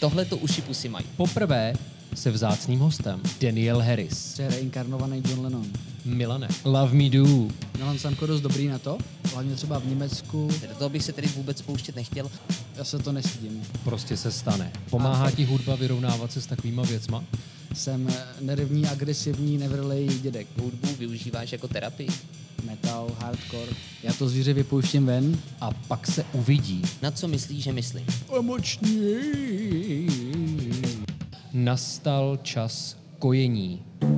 Tohle to uši pusy mají. Poprvé se vzácným hostem Daniel Harris. Reinkarnovaný John Lennon. Milane, Love Me Do. Milan Samko dost dobrý na to, hlavně třeba v Německu. Do toho bych se tedy vůbec pouštět nechtěl. Já se to nestydím. Prostě se stane. Pomáhá ti hudba vyrovnávat se s takovýma věcma? Jsem nervní, agresivní, nevrlej dědek. Hudbu využíváš jako terapii. Metal, hardcore. Já to zvíře vypouštím ven. A pak se uvidí. Na co myslíš, že myslím? Emoční. Nastal čas kojení.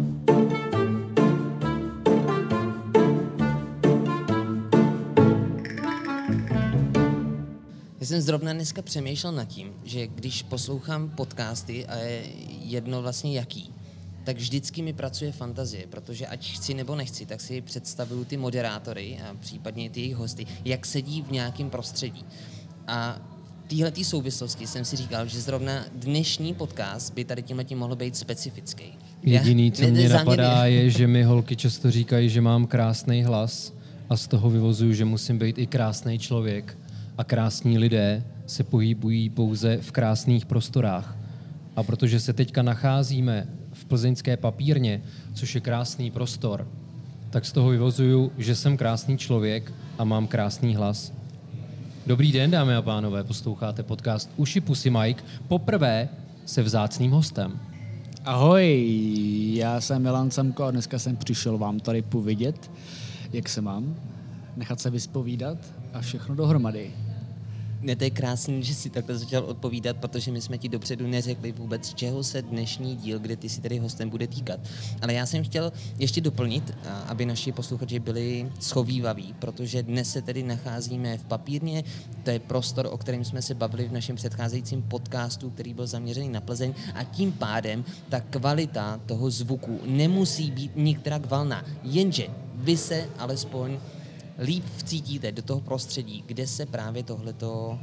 Já jsem zrovna dneska přemýšlel nad tím, že když poslouchám podcasty a je jedno vlastně jaký, tak vždycky mi pracuje fantazie, protože ať chci nebo nechci, tak si představuju ty moderátory a případně ty jejich hosty, jak sedí v nějakém prostředí. A v téhletý souvislosti jsem si říkal, že zrovna dnešní podcast by tady tímhletím mohl být specifický. Jediný, co mě napadá, je, že mi holky často říkají, že mám krásný hlas a z toho vyvozuju, že musím být i krásný člověk. A krásní lidé se pohybují pouze v krásných prostorách. A protože se teďka nacházíme v plzeňské papírně, což je krásný prostor, tak z toho vyvozuju, že jsem krásný člověk a mám krásný hlas. Dobrý den, dámy a pánové, posloucháte podcast Uši pusy Mike, poprvé se vzácným hostem. Ahoj, já jsem Milan Samko a dneska jsem přišel vám tady povědět, jak se mám, nechat se vyspovídat a všechno dohromady. Ne, to je krásný, že si takhle začal odpovídat, protože my jsme ti dopředu neřekli vůbec, čeho se dnešní díl, kde ty si tady hostem, bude týkat. Ale já jsem chtěl ještě doplnit, aby naši posluchači byli schovývaví, protože dnes se tedy nacházíme v papírně, to je prostor, o kterém jsme se bavili v našem předcházejícím podcastu, který byl zaměřený na Plzeň a tím pádem ta kvalita toho zvuku nemusí být nikterak valná, jenže vy se alespoň líp vcítíte do toho prostředí, kde se právě tohleto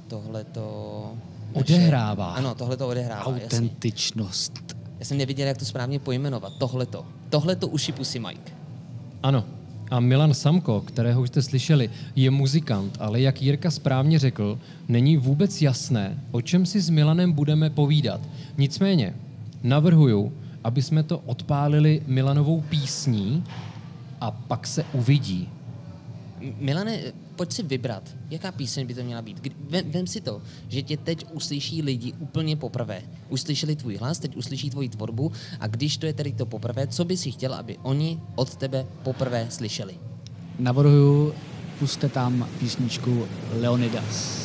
odehrává. Ano, tohleto odehrává. Autentičnost. Já jsem nevěděl, jak to správně pojmenovat. Tohleto uši pusy Mike. Ano. A Milan Samko, kterého už jste slyšeli, je muzikant, ale jak Jirka správně řekl, není vůbec jasné, o čem si s Milanem budeme povídat. Nicméně navrhuju, aby jsme to odpálili Milanovou písní a pak se uvidí. Milane, pojď si vybrat, jaká píseň by to měla být. Vem si to, že tě teď uslyší lidi úplně poprvé. Uslyšeli tvůj hlas, teď uslyší tvoji tvorbu a když to je tedy to poprvé, co by si chtěl, aby oni od tebe poprvé slyšeli? Navrhuju, puste tam písničku Leonidas.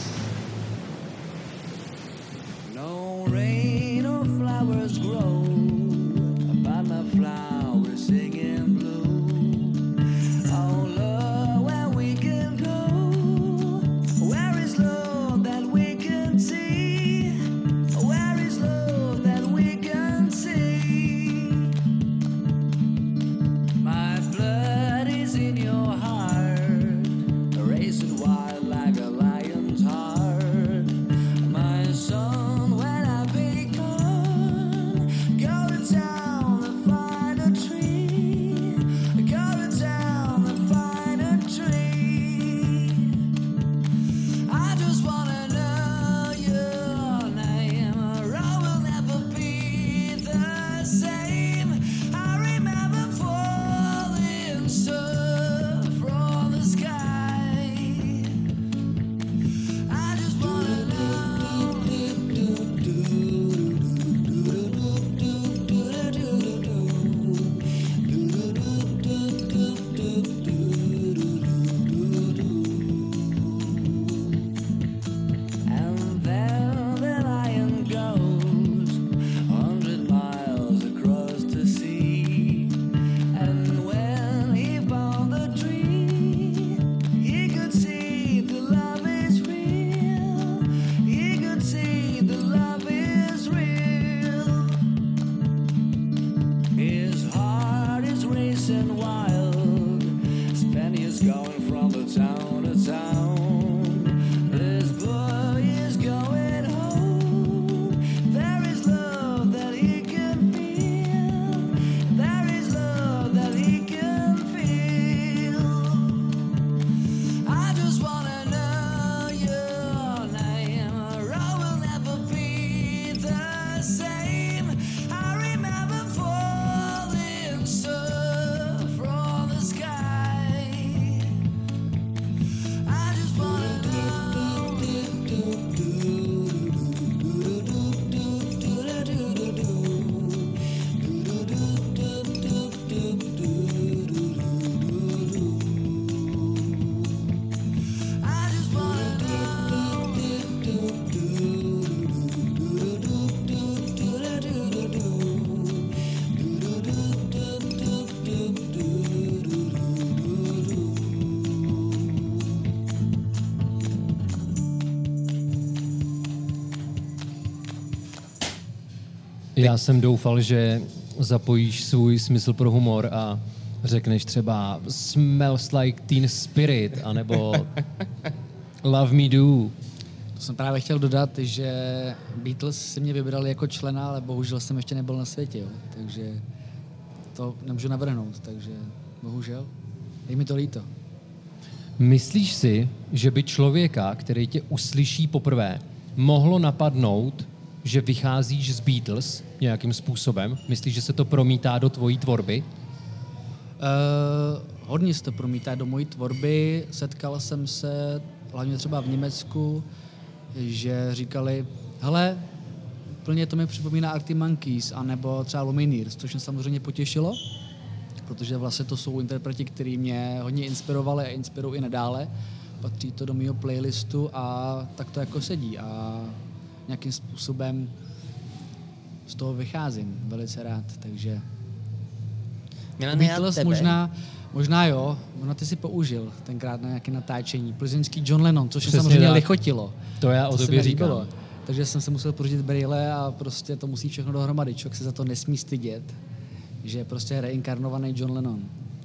No rain or flowers grow, but my flowers singing blue. Oh Lord, where we can go, where is love that we can see, where is love that we can see. My blood is in your heart, racing wild like a lion's heart. My son, when I become, go Já jsem doufal, že zapojíš svůj smysl pro humor a řekneš třeba Smells like Teen Spirit, anebo Love Me Do. To jsem právě chtěl dodat, že Beatles si mě vybrali jako člena, ale bohužel jsem ještě nebyl na světě, jo. Takže to nemůžu navrhnout, takže bohužel. Je mi to líto. Myslíš si, že by člověka, který tě uslyší poprvé, mohlo napadnout, že vycházíš z Beatles nějakým způsobem? Myslíš, že se to promítá do tvojí tvorby? Hodně se to promítá do mojí tvorby. Setkal jsem se, hlavně třeba v Německu, že říkali, hele, plně to mi připomíná Arctic Monkeys, anebo třeba Lumineers, což mě samozřejmě potěšilo, protože vlastně to jsou interpreti, který mě hodně inspirovali a inspirují i nadále. Patří to do mého playlistu a tak to jako sedí a nějakým způsobem z toho vycházím velice rád, takže Milane, já Beatles tebe. možná jo, možná ty si použil tenkrát na nějaké natáčení. Plzeňský John Lennon, což mě Přesně samozřejmě tak. lichotilo. To já o se tobě mi líbilo. říkám. Takže jsem se musel pořídit brýle a prostě to musí všechno dohromady. Člověk se za to nesmí stydět, že je prostě reinkarnovaný John Lennon.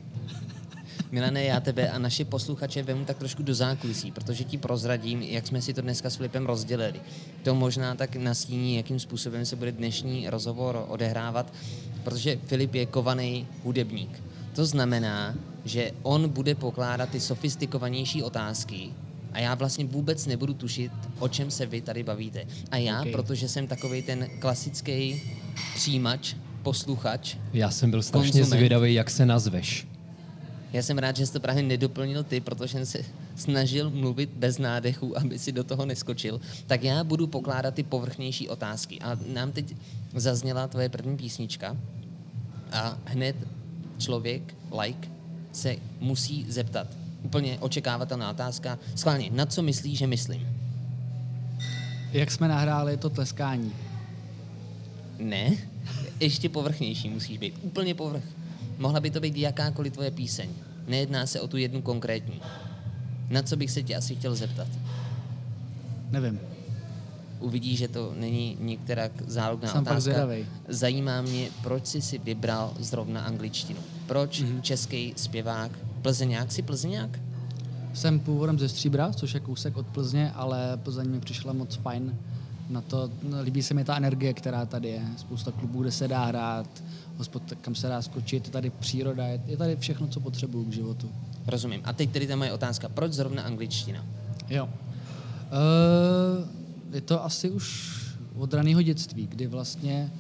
Milane, já tebe a naši posluchače vemu tak trošku do zákulisí, protože ti prozradím, jak jsme si to dneska s Filipem rozdělili. To možná tak nastíní, jakým způsobem se bude dnešní rozhovor odehrávat, protože Filip je kovaný hudebník. To znamená, že on bude pokládat ty sofistikovanější otázky a já vlastně vůbec nebudu tušit, o čem se vy tady bavíte. A já, Okay. protože jsem takovej ten klasický přijímač, posluchač, Já jsem byl strašně konzument. zvědavý, jak se nazveš. Já jsem rád, že jsi to právě nedoplnil ty, protože jsem se snažil mluvit bez nádechu, aby si do toho neskočil. Tak já budu pokládat ty povrchnější otázky. A nám teď zazněla tvoje první písnička a hned člověk, se musí zeptat. Úplně očekávatelná otázka. Schválně, na co myslíš, že myslím? Jak jsme nahráli to tleskání? Ne, ještě povrchnější musíš být. Úplně povrch. Mohla by to být jakákoliv tvoje píseň. Nejedná se o tu jednu konkrétní. Na co bych se tě asi chtěl zeptat? Nevím. Uvidíš, že to není některá záludná Jsem fakt otázka. zvědavej. Zajímá mě, proč jsi si vybral zrovna angličtinu. Proč český zpěvák? Plzeňák? Jsi Plzeňák? Jsem původem ze Stříbra, což je kousek od Plzně, ale Plzeň mi přišla moc fajn. Na to, líbí se mi ta energie, která tady je. Spousta klubů, kde se dá hrát, hospod, kam se dá skočit, je tady příroda, je tady všechno, co potřebuju k životu. Rozumím. A teď tedy ta moje otázka. Proč zrovna angličtina? Jo. Je to asi už od raného dětství, kdy vlastně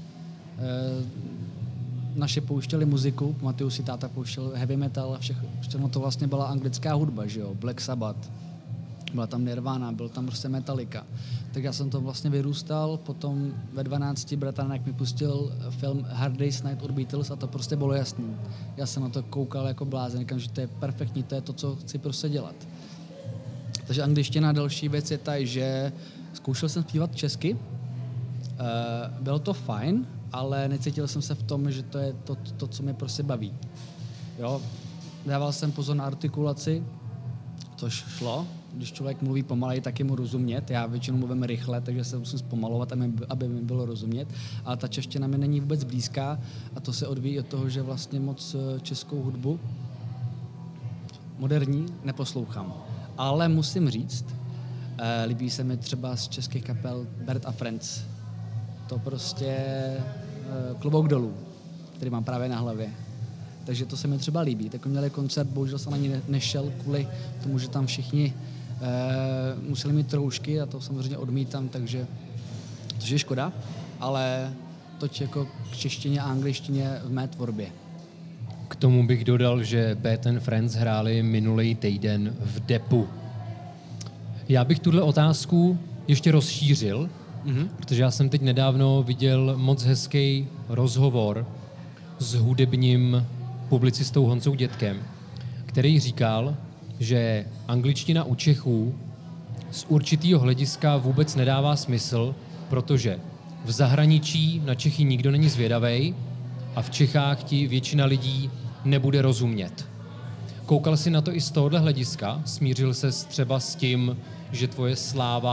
naše pouštěli muziku, pamatuju si, táta pouštěl heavy metal a všechno to vlastně byla anglická hudba, že jo, Black Sabbath, byla tam Nirvana, byl tam prostě Metallica. Tak já jsem to vlastně vyrůstal, potom ve 12 bratranek mi pustil film Hard Day's Night od Beatles a to prostě bylo jasný. Já jsem na to koukal jako blázen, říkám, že to je perfektní, to je to, co chci prostě dělat. Takže angličtina, další věc je ta, že zkoušel jsem zpívat česky, bylo to fajn, ale necítil jsem se v tom, že to je to co mě prostě baví. Jo? Dával jsem pozor na artikulaci, což šlo. Když člověk mluví pomalej, tak je mu rozumět. Já většinou mluvím rychle, takže se musím zpomalovat, aby mi bylo rozumět. Ale ta čeština mi není vůbec blízká a to se odvíjí od toho, že vlastně moc českou hudbu moderní neposlouchám. Ale musím říct, líbí se mi třeba z českých kapel Bert a Friends. To prostě klobouk dolů, který mám právě na hlavě. Takže to se mi třeba líbí. Tak měli koncert, bohužel jsem ani nešel kvůli tomu, že tam všichni museli mít troušky a to samozřejmě odmítám, takže což je škoda, ale toť jako k češtině a angličtině v mé tvorbě. K tomu bych dodal, že Bad and Friends hráli minulý týden v Depu. Já bych tuhle otázku ještě rozšířil, protože já jsem teď nedávno viděl moc hezký rozhovor s hudebním publicistou Honzou Dětkem, který říkal, že angličtina u Čechů z určitého hlediska vůbec nedává smysl, protože v zahraničí na Čechy nikdo není zvědavej a v Čechách ti většina lidí nebude rozumět. Koukal jsi na to i z tohohle hlediska? Smířil ses třeba s tím, že tvoje sláva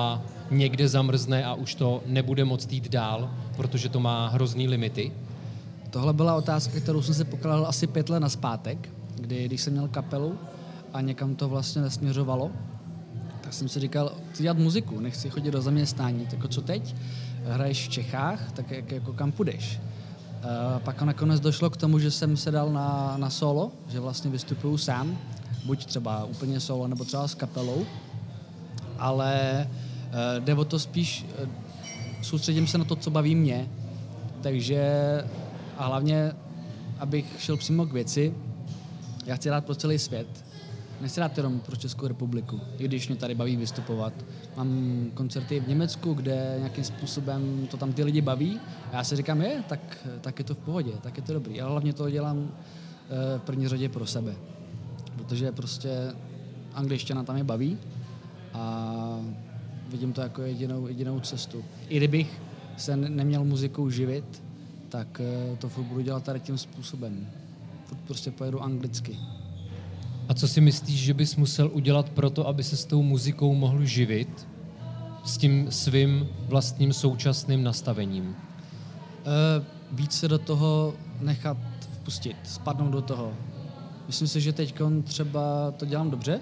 někde zamrzne a už to nebude moct jít dál, protože to má hrozný limity? Tohle byla otázka, kterou jsem si pokládal asi 5 let nazpátek, když jsem měl kapelu a někam to vlastně nesměřovalo, tak jsem si říkal, chci dělat muziku, nechci chodit do zaměstnání, tak co teď? Hraješ v Čechách, tak jako kam půjdeš? Pak nakonec došlo k tomu, že jsem se dal na solo, že vlastně vystupuju sám, buď třeba úplně solo, nebo třeba s kapelou, ale jde o to spíš, soustředím se na to, co baví mě, takže a hlavně, abych šel přímo k věci, já chci dát pro celý svět, nechci dát jenom pro Českou republiku, i když mě tady baví vystupovat. Mám koncerty v Německu, kde nějakým způsobem to tam ty lidi baví a já si říkám, tak je to v pohodě, tak je to dobrý. Ale hlavně to dělám v první řadě pro sebe, protože prostě angličtina tam je baví a vidím to jako jedinou cestu. I kdybych se neměl muzikou živit, tak to furt budu dělat tady tím způsobem. Furt prostě pojedu anglicky. A co si myslíš, že bys musel udělat pro to, aby se s tou muzikou mohl živit s tím svým vlastním současným nastavením? Víc se do toho nechat vpustit, spadnout do toho. Myslím si, že teď třeba to dělám dobře.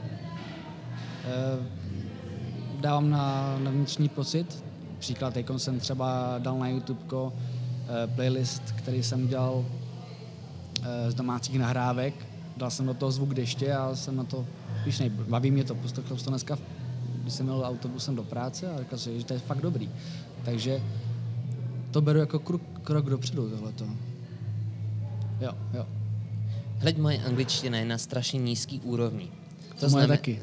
Dávám na vnitřní pocit. Příklad, teď jsem třeba dal na YouTube playlist, který jsem dělal z domácích nahrávek. Dal jsem do toho zvuk deště a jsem na to, víš, baví mě to, poslouchal jsem to dneska, když jsem měl autobusem do práce a říkal si, že to je fakt dobrý. Takže to beru jako krok dopředu tohleto. Jo. Hleď, moje angličtina je na strašně nízký úrovni. To moje taky.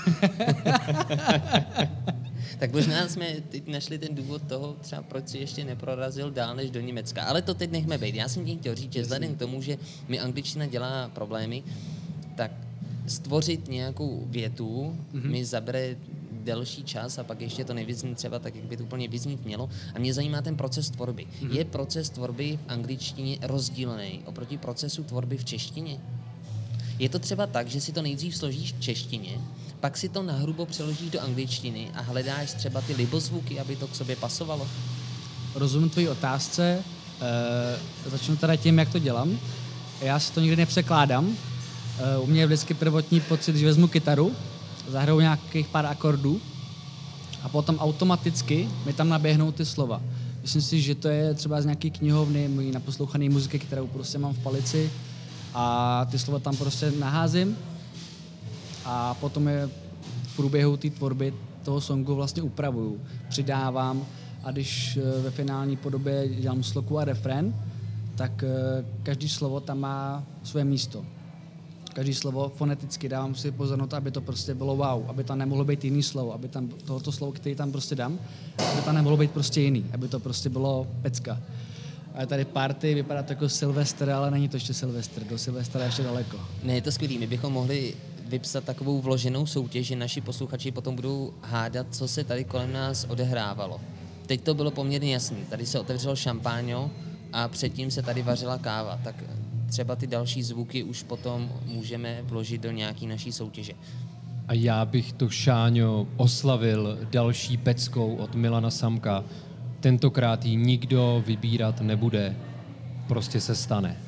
Tak možná jsme teď našli ten důvod toho, třeba proč si ještě neprorazil dál než do Německa. Ale to teď nechme být. Já jsem tím chtěl říct, že vzhledem k tomu, že mi angličtina dělá problémy, tak stvořit nějakou větu mi zabere delší čas a pak ještě to nevyzní třeba tak, jak by to úplně vyznít mělo. A mě zajímá ten proces tvorby. Je proces tvorby v angličtině rozdílný oproti procesu tvorby v češtině? Je to třeba tak, že si to nejdřív složíš v češtině, pak si to nahrubo přeložíš do angličtiny a hledáš třeba ty libozvuky, aby to k sobě pasovalo? Rozumím tvojí otázce. Začnu teda tím, jak to dělám. Já si to nikdy nepřekládám. U mě je vždycky prvotní pocit, že vezmu kytaru, zahraju nějakých pár akordů a potom automaticky mi tam naběhnou ty slova. Myslím si, že to je třeba z nějaké knihovny, mojí naposlouchané muziky, kterou prostě mám v palici a ty slova tam prostě naházím a potom je v průběhu té tvorby toho songu vlastně upravuju, přidávám a když ve finální podobě dělám sloku a refrén, tak každý slovo tam má své místo. Každý slovo foneticky dávám si pozor na to, aby to prostě bylo wow, aby tam nemohlo být jiný slovo, aby tam tohoto slovo, který tam prostě dám, aby tam nemohlo být prostě jiný, aby to prostě bylo pecka. Ale tady party vypadá to jako Silvestr, ale není to ještě Silvestr, do Silvestra ještě daleko. Ne, je to skvělý, my bychom mohli vypsat takovou vloženou soutěž, že naši posluchači potom budou hádat, co se tady kolem nás odehrávalo. Teď to bylo poměrně jasný, tady se otevřelo šampáňo a předtím se tady vařila káva, tak třeba ty další zvuky už potom můžeme vložit do nějaký naší soutěže. A já bych to, Šáňo, oslavil další peckou od Milana Samka. Tentokrát ji nikdo vybírat nebude, prostě se stane.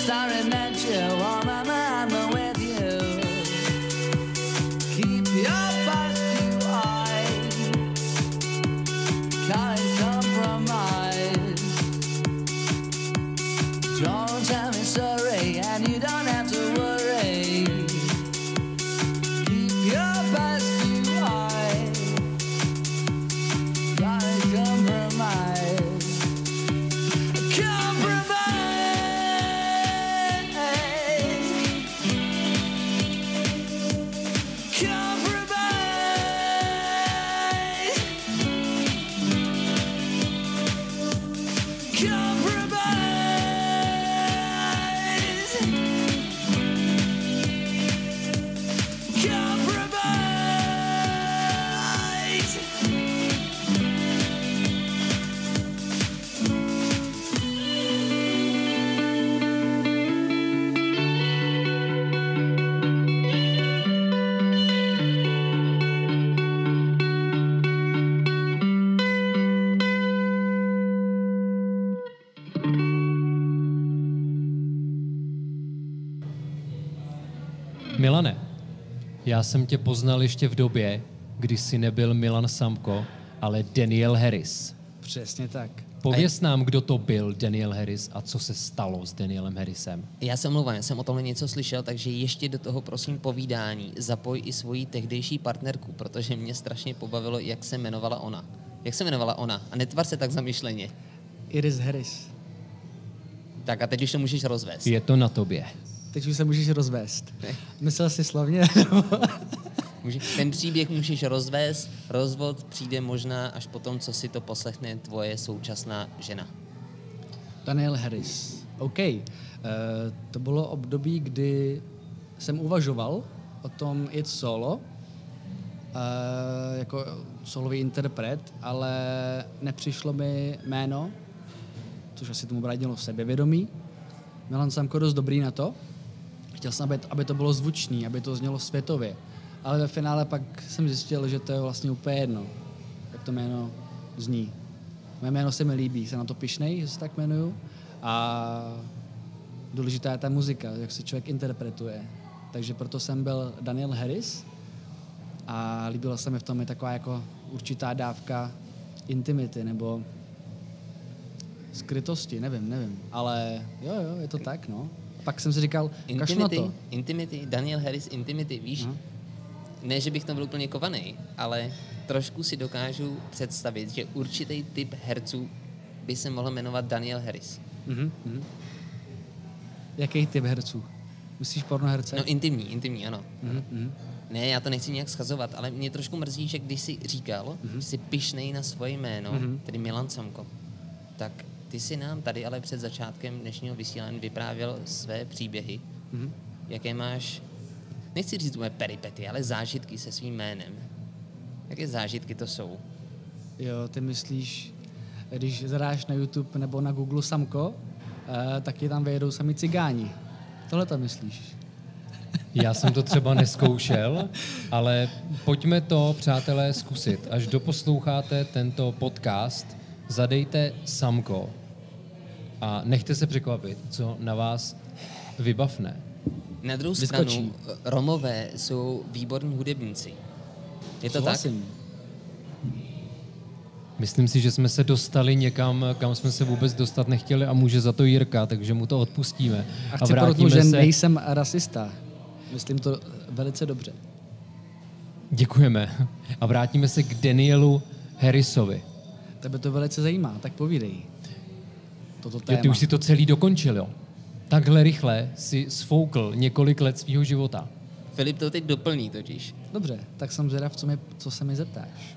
staring at you while I'm with you. Keep your past you eyes, can't compromise. Don't tell me sorry, and you don't have to worry. Keep your past you eyes, can't compromise. Milane, já jsem tě poznal ještě v době, kdy jsi nebyl Milan Samko, ale Daniel Harris. Přesně tak. Pověz nám, kdo to byl Daniel Harris a co se stalo s Danielem Harrisem. Já se omlouvám, já jsem o tomhle něco slyšel, takže ještě do toho prosím povídání zapoj i svoji tehdejší partnerku, protože mě strašně pobavilo, jak se jmenovala ona. Jak se jmenovala ona? A netvar se tak zamyšleně. Iris Harris. Tak a teď už to můžeš rozvést. Je to na tobě. Teď už se můžeš rozvést. Ne. Myslel jsi slavně? Ten příběh můžeš rozvést, rozvod přijde možná až potom, co si to poslechne tvoje současná žena. Daniel Harris. OK. To bylo období, kdy jsem uvažoval o tom jít solo, jako solový interpret, ale nepřišlo mi jméno, což asi tomu bránilo sebevědomí. Milan Samko dost dobrý na to. Chtěl jsem, aby to bylo zvučný, aby to znělo světově. Ale ve finále pak jsem zjistil, že to je vlastně úplně jedno, jak to jméno zní. Moje jméno se mi líbí, jsem na to pyšnej, že se tak jmenuju. A důležitá je ta muzika, jak se člověk interpretuje. Takže proto jsem byl Daniel Harris a líbilo se mi v tom je taková jako určitá dávka intimity nebo skrytosti, nevím. Ale jo, je to tak, no. Pak jsem si říkal, kašlu na to. Intimity, Daniel Harris Intimity, víš? Ne, že bych tam byl úplně kovaný, ale trošku si dokážu představit, že určitý typ herců by se mohl jmenovat Daniel Harris. Jaký typ herců? Myslíš pornoherce? No intimní, ano. Ne, já to nechci nějak schazovat, ale mě trošku mrzí, že když jsi říkal, že jsi pyšnej na svoje jméno, tedy Milan Samko, tak ty si nám tady ale před začátkem dnešního vysílání vyprávěl své příběhy. Jaké máš, nechci říct úplně peripety, ale zážitky se svým jménem. Jaké zážitky to jsou? Jo, ty myslíš, když zadáš na YouTube nebo na Google Samko, taky tam vyjedou sami cigáni. Tohle to myslíš? Já jsem to třeba neskoušel, ale pojďme to, přátelé, zkusit. Až doposloucháte tento podcast, zadejte Samko a nechte se překvapit, co na vás vybavne. Na druhou Vyskočí. stranu, Romové jsou výborní hudebníci. Je to tak? Myslím si, že jsme se dostali někam, kam jsme se vůbec dostat nechtěli a může za to Jirka, takže mu to odpustíme. A chci podotknout, že nejsem rasista. Myslím to velice dobře. Děkujeme. A vrátíme se k Danielu Harrisovi. Tebe to velice zajímá, tak povídej. Toto téma. Jo, ty už si to celý dokončil, jo? Takhle rychle si sfoukl několik let svýho života. Filip to teď doplní totiž. Dobře, tak jsem zvědav, co se mi zeptáš.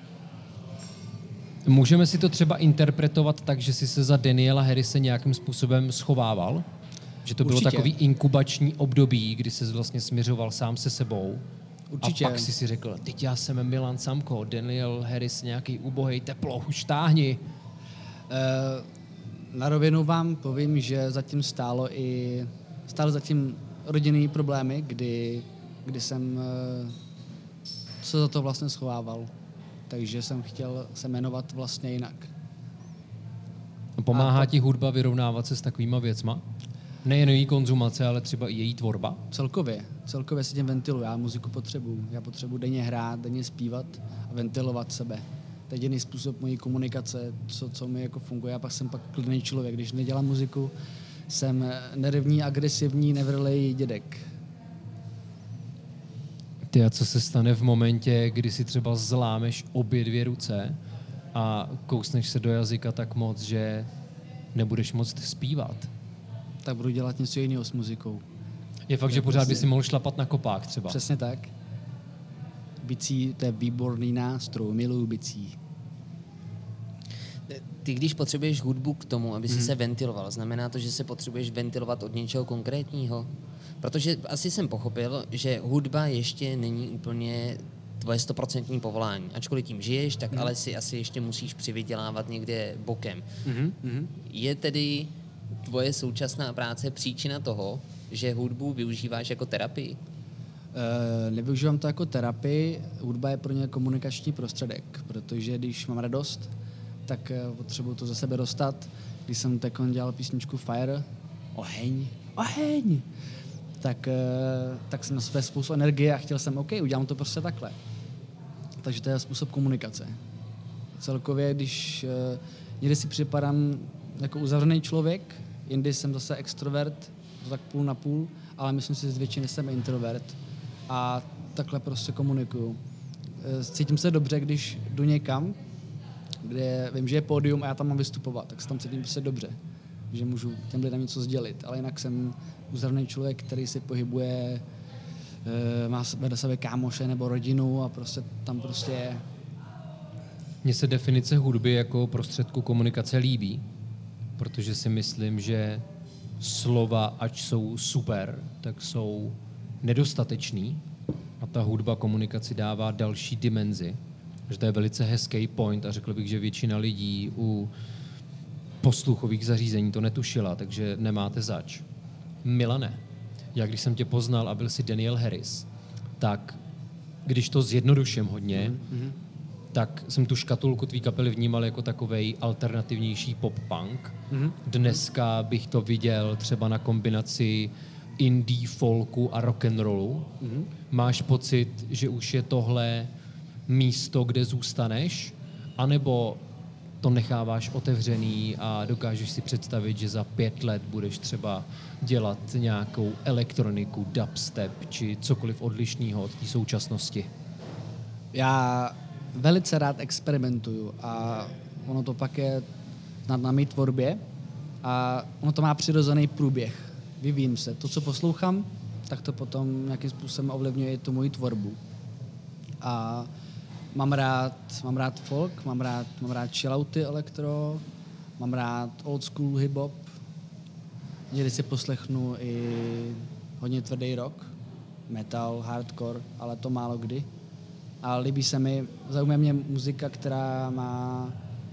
Můžeme si to třeba interpretovat tak, že jsi se za Daniela Harrise nějakým způsobem schovával? Že to bylo Určitě. takový inkubační období, kdy jsi vlastně směřoval sám se sebou. Určitě. A pak si řekl, teď já jsem Milan Samko, Daniel Harris nějaký ubohej teplo, už táhni. Na rovinu vám povím, že zatím stály zatím rodinný problémy, kdy jsem se za to vlastně schovával. Takže jsem chtěl se jmenovat vlastně jinak. Pomáhá ti hudba vyrovnávat se s takovýma věcma? Nejen její konzumace, ale třeba i její tvorba? Celkově si tím ventiluji. Já muziku potřebuju. Já potřebuji denně hrát, denně zpívat a ventilovat sebe. To je jediný způsob mojí komunikace, co mi jako funguje. Já pak jsem klidný člověk. Když nedělám muziku, jsem nervní, agresivní, nevrlej dědek. Ty, a co se stane v momentě, kdy si třeba zlámeš obě dvě ruce a kousneš se do jazyka tak moc, že nebudeš moct zpívat? Tak budu dělat něco jiného s muzikou. Je fakt, že pořád by si mohl šlapat na kopák třeba. Přesně tak. Bicí, to je výborný nástroj, miluju bicí. Ty, když potřebuješ hudbu k tomu, aby si se ventiloval, znamená to, že se potřebuješ ventilovat od něčeho konkrétního? Protože asi jsem pochopil, že hudba ještě není úplně tvoje 100% povolání. Ačkoliv tím žiješ, tak ale si asi ještě musíš přivydělávat někde bokem. Je tedy tvoje současná práce příčina toho, že hudbu využíváš jako terapii? Nevyužívám to jako terapii, hudba je pro mě komunikační prostředek, protože když mám radost, tak potřebuju to ze sebe dostat. Když jsem teď dělal písničku Fire, oheň, tak jsem na své spoustu energie a chtěl jsem, OK, udělám to prostě takhle. Takže to je způsob komunikace. Celkově, když někdy si připadám jako uzavřený člověk, jindy jsem zase extrovert, to tak půl na půl, ale myslím si, že z většiny jsem introvert a takhle prostě komunikuju. Cítím se dobře, když jdu někam, kde vím, že je pódium a já tam mám vystupovat, tak se tam cítím prostě dobře, že můžu těm lidem něco sdělit, ale jinak jsem uzavřený člověk, který si pohybuje, má vedle sebe kámoše nebo rodinu a prostě tam prostě je. Mně se definice hudby jako prostředku komunikace líbí, protože si myslím, že slova, ač jsou super, tak jsou nedostatečný a ta hudba komunikaci dává další dimenzi. Že to je velice hezký point a řekl bych, že většina lidí u posluchových zařízení to netušila, takže nemáte zač. Milane, já když jsem tě poznal a byl jsi Daniel Harris, tak když to zjednoduším hodně, tak jsem tu škatulku tvý kapely vnímal jako takovej alternativnější pop-punk. Dneska bych to viděl třeba na kombinaci indie, folku a rock'n'rollu. Máš pocit, že už je tohle místo, kde zůstaneš, anebo to necháváš otevřený a dokážeš si představit, že za 5 let budeš třeba dělat nějakou elektroniku, dubstep či cokoliv odlišného od té současnosti? Já velice rád experimentuju a ono to pak je na mé tvorbě a ono to má přirozený průběh. Vyvíjím se. To, co poslouchám, tak to potom nějakým způsobem ovlivňuje i tu moji tvorbu. A mám rád folk, mám rád chillouty elektro, mám rád old school hip-hop. Někdy si poslechnu i hodně tvrdý rock, metal, hardcore, ale to málo kdy. A líbí se mi, zaujme mě muzika, která má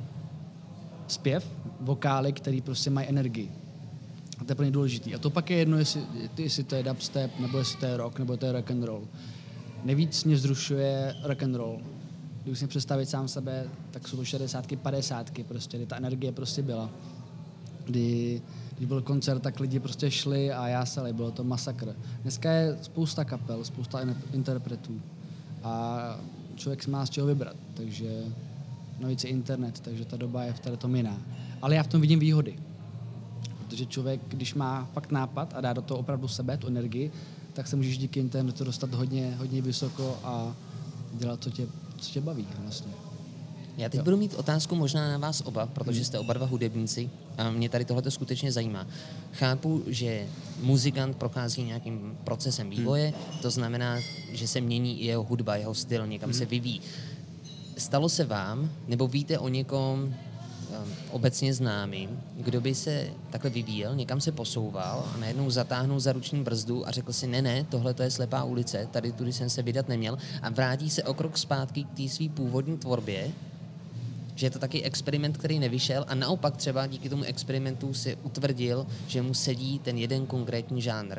zpěv, vokály, který prostě mají energii. A to je pro ně důležitý. A to pak je jedno, jestli to je dubstep, nebo jestli to je rock, nebo to je rock and roll. Nejvíc mě vzrušuje rock and roll. Když si představit sám sebe, tak jsou to 60, 50, prostě, kdy ta energie prostě byla. Když byl koncert, tak lidi prostě šli a jásali, bylo to masakr. Dneska je spousta kapel, spousta interpretů a člověk má z čeho vybrat, takže navíc je internet, takže ta doba je v tady tom jiná. Ale já v tom vidím výhody, protože člověk, když má fakt nápad a dá do toho opravdu sebe, tu energii, tak se můžeš díky internetu dostat hodně vysoko a dělat, co tě baví vlastně. Já teď budu mít otázku možná na vás oba, protože jste oba dva hudebníci a mě tady tohleto skutečně zajímá. Chápu, že muzikant prochází nějakým procesem vývoje, to znamená, že se mění i jeho hudba, jeho styl, někam se vyvíjí. Stalo se vám, nebo víte o někom obecně známým, kdo by se takhle vyvíjel, někam se posouval a najednou zatáhnul za ruční brzdu a řekl si, ne, tohle to je slepá ulice, tady tudy jsem se vydat neměl a vrátí se o krok zpátky k té své původní tvorbě, že je to taky experiment, který nevyšel a naopak třeba díky tomu experimentu si utvrdil, že mu sedí ten jeden konkrétní žánr.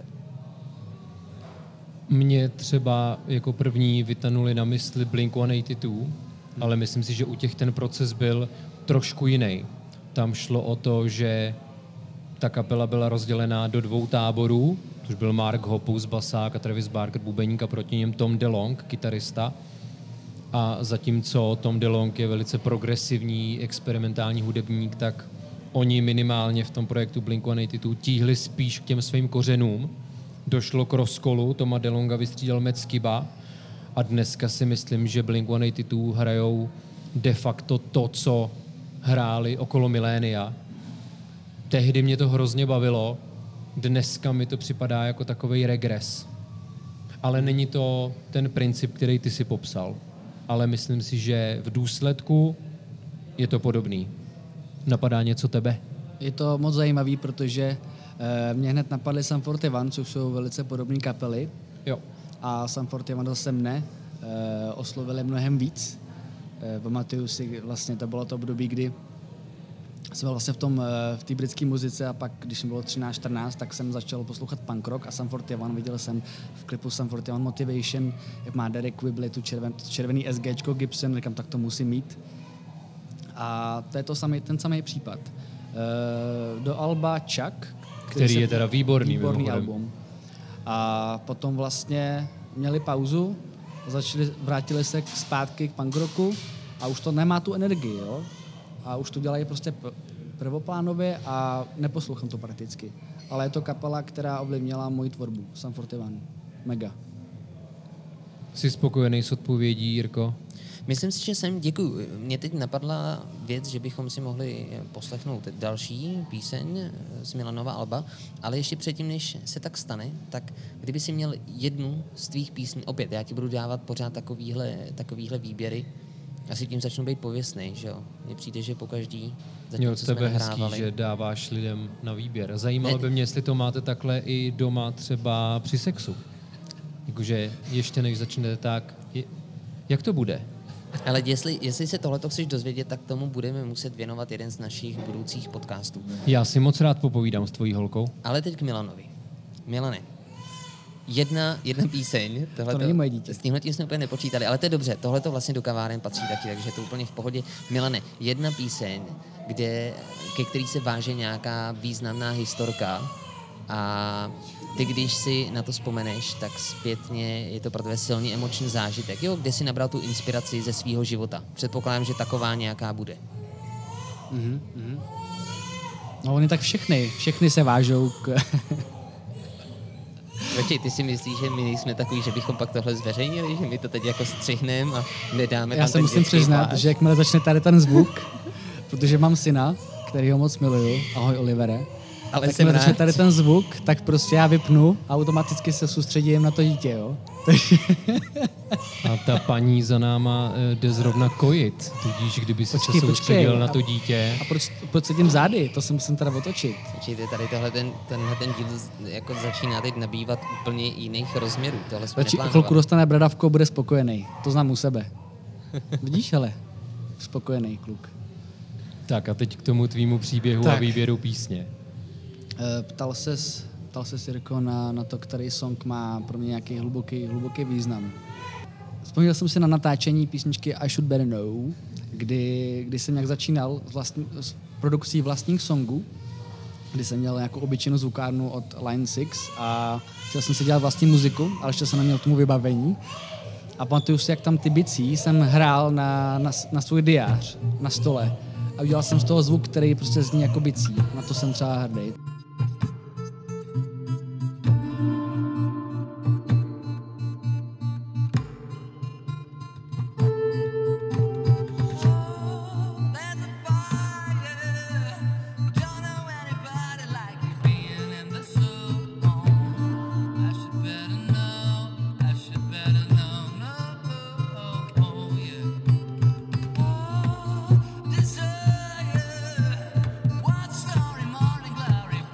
Mě třeba jako první vytanuli na mysli Blink-182, ale myslím si, že u těch ten proces byl trošku jiný. Tam šlo o to, že ta kapela byla rozdělená do 2 táborů, což byl Mark Hoppus, basák, a Travis Barker, bubeník, a proti něm Tom DeLonge, kytarista. A zatímco Tom DeLonge je velice progresivní, experimentální hudebník, tak oni minimálně v tom projektu Blink-182 tíhli spíš k těm svým kořenům. Došlo k rozkolu, Toma DeLonga vystřídal Matt Skiba a dneska si myslím, že Blink-182 hrajou de facto to, co hráli okolo milénia. Tehdy mě to hrozně bavilo, dneska mi to připadá jako takovej regres. Ale není to ten princip, který ty si popsal. Ale myslím si, že v důsledku je to podobný. Napadá něco tebe? Je to moc zajímavý, protože mě hned napadly Sum 41, což jsou velice podobné kapely. Jo. A Sum 41 zase mne oslovili mnohem víc. Pamatuju si, vlastně to bylo to období, kdy jsem byl vlastně v té britské muzice a pak, když mi bylo 13-14, tak jsem začal poslouchat punk rock a Sum 41. Viděl jsem v klipu Sum 41 Motivation, jak má Derek Whibley, červený SGčko Gibson, říkám, tak to musím mít. A to je ten samý případ. Do alba Chuck, který je teda výborný album. A potom vlastně měli pauzu, vrátili se zpátky k punk rocku a už to nemá tu energii, jo? A už to dělají prostě prvoplánově a neposlouchám to prakticky. Ale je to kapela, která ovlivnila moji tvorbu, Sum 41. Mega. Jsi spokojený s odpovědí, Jirko? Myslím si, že děkuju. Mě teď napadla věc, že bychom si mohli poslechnout další píseň z Milanova alba, ale ještě předtím, než se tak stane, tak kdyby si měl jednu z tvých písní, opět, já ti budu dávat pořád takovýhle výběry, asi tím začnu být pověstnej, že jo? Mně přijde, že pokaždý zatím, co jsme nahrávali. Hezký, že dáváš lidem na výběr. Zajímalo by mě, jestli to máte takhle i doma třeba při sexu. Jakože ještě než začnete tak, jak to bude? Ale jestli se tohleto chceš dozvědět, tak tomu budeme muset věnovat jeden z našich budoucích podcastů. Já si moc rád popovídám s tvojí holkou. Ale teď k Milanovi. Milane, jedna píseň. To není moje dítě. S tímhletím jsme úplně nepočítali, ale to je dobře. Tohle to vlastně do kaváren patří taky, takže to úplně v pohodě. Milane, jedna píseň, ke který se váže nějaká významná historka a ty, když si na to vzpomeneš, tak zpětně je to pro tebe silný emoční zážitek, jo? Kde si nabral tu inspiraci ze svého života. Předpokládám, že taková nějaká bude. Mm-hmm. No oni tak všechny se vážou k... Počkej, ty si myslíš, že my nejsme takový, že bychom pak tohle zveřejnili, že my to teď jako střihneme a nedáme tam. Já se musím přiznat, že jakmile začne tady ten zvuk, protože mám syna, který ho moc miluju, ahoj Olivere, ale tak když je tady ten zvuk, tak prostě já vypnu a automaticky se soustředím na to dítě, jo. A ta paní za náma jde zrovna kojit, tudíž kdyby se soustředil na to dítě. A proč sedím zády? To se musím teda otočit. Počkejte, tady tenhle díl jako začíná teď nabývat úplně jiných rozměrů. Tohle jsme neplánovali. Chvilku dostane bradavku, bude spokojený. To znám u sebe. Vidíš, hele? Spokojený kluk. Tak a teď k tomu tvýmu příběhu a výběru písně. Ptal se Jirko na to, který song má pro mě nějaký hluboký význam. Vzpomněl jsem si na natáčení písničky I Should Better Know, kdy jsem nějak začínal s produkcí vlastních songů, kdy jsem měl nějakou obyčejnou zvukárnu od Line 6 a chtěl jsem si dělat vlastní muziku, ale ještě jsem neměl tomu vybavení. A pamatuju si, jak tam ty bicí jsem hrál na svůj diář na stole a udělal jsem z toho zvuk, který prostě zní jako bicí. Na to jsem třeba hrdý. What story, morning glory,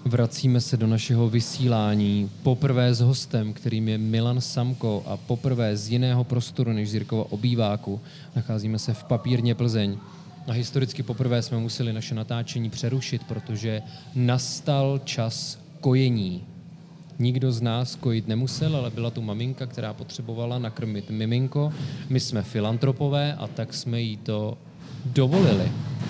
Vracíme se do našeho vysílání poprvé s hostem, kterým je Milan Samko a poprvé z jiného prostoru než z Jirkova obýváku. Nacházíme se v Papírně Plzeň. A historicky poprvé jsme museli naše natáčení přerušit, protože nastal čas kojení. Nikdo z nás kojit nemusel, ale byla tu maminka, která potřebovala nakrmit miminko. My jsme filantropové a tak jsme jí to dovolili.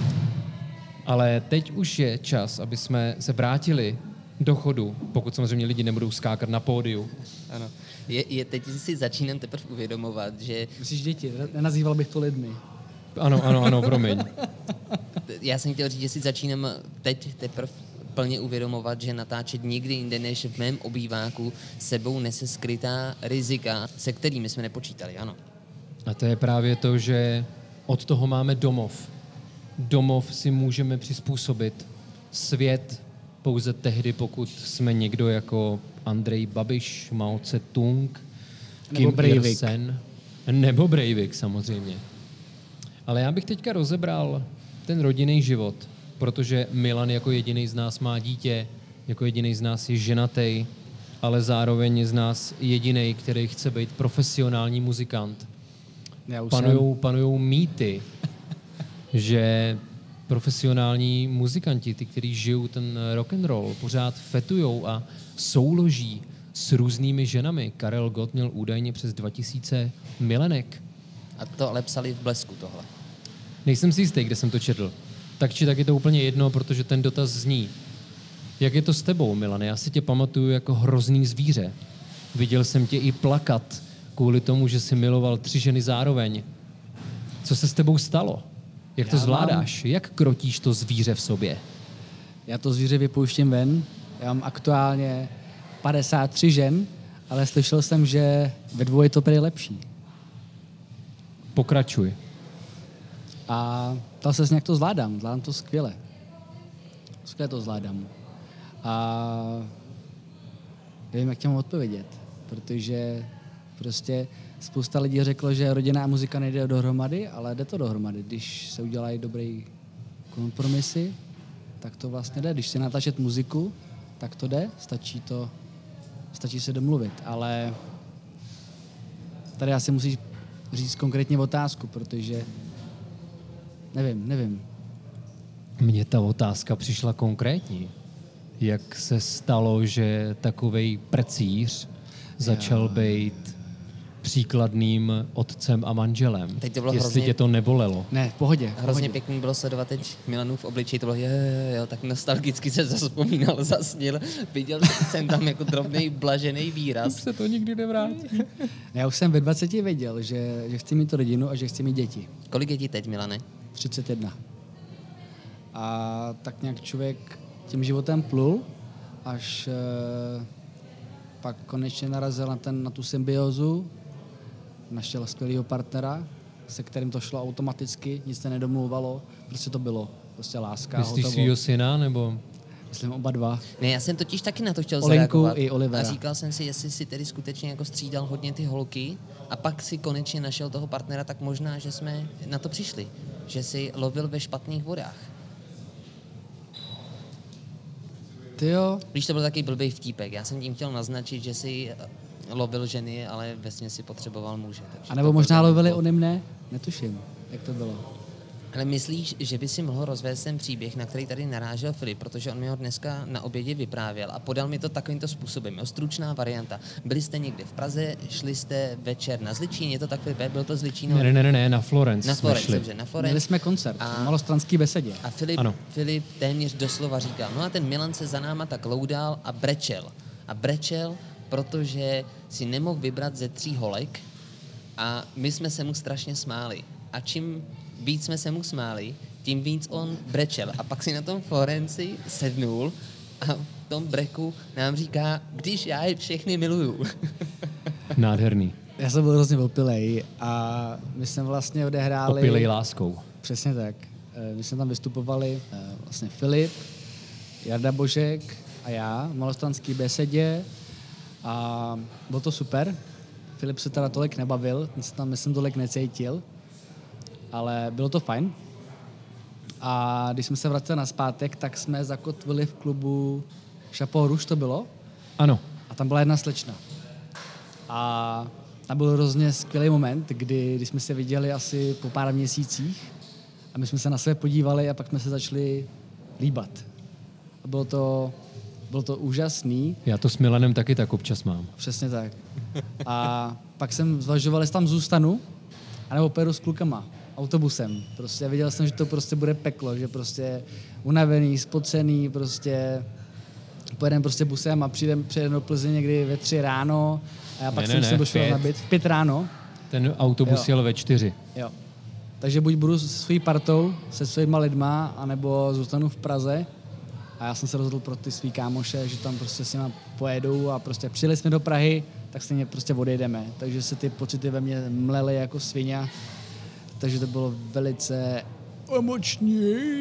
Ale teď už je čas, aby jsme se vrátili do chodu, pokud samozřejmě lidi nebudou skákat na pódiu. Ano. Teď si začínám teprve uvědomovat, že... Myslíš děti? Nenazýval bych to lidmi. Ano, promiň. Já jsem chtěl říct, že si začínám teď teprve plně uvědomovat, že natáčet nikdy jinde než v mém obýváku sebou nese skrytá rizika, se kterými jsme nepočítali, ano. A to je právě to, že od toho máme domov. Domov si můžeme přizpůsobit. Svět pouze tehdy, pokud jsme někdo jako Andrej Babiš, Mao Tse-tung, Kim Il-sen, nebo Breivik samozřejmě. Ale já bych teďka rozebral ten rodinný život, protože Milan jako jediný z nás má dítě, jako jediný z nás je ženatý, ale zároveň je z nás jediný, který chce být profesionální muzikant. Panujou mýty, že profesionální muzikanti, ty, kteří žijou ten rock and roll, pořád fetujou a souloží s různými ženami. Karel Gott měl údajně přes 2000 milenek. A to ale psali v Blesku tohle. Nejsem si jistý, kde jsem to četl. Tak či tak je to úplně jedno, protože ten dotaz zní. Jak je to s tebou, Milane? Já si tě pamatuju jako hrozný zvíře. Viděl jsem tě i plakat kvůli tomu, že jsi miloval 3 ženy zároveň. Co se s tebou stalo? Jak to zvládáš? Jak krotíš to zvíře v sobě? Já to zvíře vypouštím ven. Já mám aktuálně 53 žen, ale slyšel jsem, že ve 2 je to prý lepší. Pokračuj. A ptal se, jak to zvládám. Zvládám to skvěle. Skvěle to zvládám. A nevím, jak tě mám odpovědět, protože prostě spousta lidí řeklo, že rodina a muzika nejde dohromady, ale jde to dohromady. Když se udělají dobrý kompromisy, tak to vlastně jde. Když si natáčet muziku, tak to jde, stačí se domluvit. Ale tady asi musíš říct konkrétně otázku, protože nevím. Mně ta otázka přišla konkrétní. Jak se stalo, že takovej precíř začal být příkladným otcem a manželem? Teď to bylo Jestli hrozně... tě to nebolelo. Ne, v pohodě. Hrozně pěkný bylo sledovat teď Milanův obličej, to bylo jo, tak nostalgicky se zaspomínal, zasnil, viděl jsem tam jako drobnej blažený výraz. Už se to nikdy nevrátí. Já už jsem ve 20 věděl, že chci mít rodinu a že chci mít děti. Kolik dětí teď, Milane? 31. A tak nějak člověk tím životem plul, až pak konečně narazil na tu symbiózu, našel skvělého partnera, se kterým to šlo automaticky, nic se nedomlouvalo, prostě to bylo, prostě láska. Myslíš svýho syna, nebo? Myslím oba dva. Ne, já jsem totiž taky na to chtěl Olinku zareagovat. i Olivera. A říkal jsem si, jestli si tedy skutečně jako střídal hodně ty holky a pak si konečně našel toho partnera, tak možná, že jsme na to přišli. Že si lovil ve špatných vodách. Tyjo. Víš, to byl taky blbý vtípek. Já jsem tím chtěl naznačit, že si lovil ženy, ale vesměs si potřeboval muže. A nebo možná lovili oni mne? Netuším, jak to bylo. Ale myslíš, že by si mohl rozvést ten příběh, na který tady narážel Filip, protože on mi ho dneska na obědě vyprávěl a podal mi to takovýmto způsobem. Jo, stručná varianta. Byli jste někde v Praze, šli jste večer na Zličín, je to tak, Filip? Byl to Zličín? Ne, na Florence. Na Florence, dobře, na Florence. Měli jsme koncert v Malostranský besedě. A Filip téměř doslova říkal, no a ten Milan se za náma tak loudal a brečel. A brečel, protože si nemohl vybrat ze 3 holek a my jsme se mu strašně smáli. A čím víc jsme se mu smáli, tím víc on brečel. A pak si na tom Florenci sednul a v tom breku nám říká, když já je všechny miluju. Nádherný. Já jsem byl hrozně opilej a my jsme vlastně odehráli... Opilej láskou. Přesně tak. My jsme tam vystupovali vlastně Filip, Jarda Božek a já v Malostranský besedě a bylo to super. Filip se teda tolik nebavil, nic tam myslím tolik necítil, ale bylo to fajn. A když jsme se vraceli nazpátek, tak jsme zakotvili v klubu Chapeau Rouge to bylo. Ano. A tam byla jedna slečna. A tam byl hrozně skvělý moment, kdy jsme se viděli asi po pár měsících a my jsme se na sebe podívali a pak jsme se začali líbat. A bylo to úžasný. Já to s Milanem taky tak občas mám. Přesně tak. A pak jsem zvažoval, jestli tam zůstanu, anebo pojedu s klukama, autobusem. Prostě viděl jsem, že to prostě bude peklo, že prostě unavený, spocený, prostě pojedeme prostě busem a přijedeme do Plzně někdy ve 3 ráno a já pak jsem se došel na byt v 5 ráno. Ten autobus jel ve 4. Jo. Takže buď budu se svojí partou, se svýma lidma, anebo zůstanu v Praze. A já jsem se rozhodl pro ty svý kámoše, že tam prostě s nima pojedou a prostě přijeli jsme do Prahy, tak stejně prostě odejdeme. Takže se ty pocity ve mně mlely jako svině. Takže to bylo velice emoční.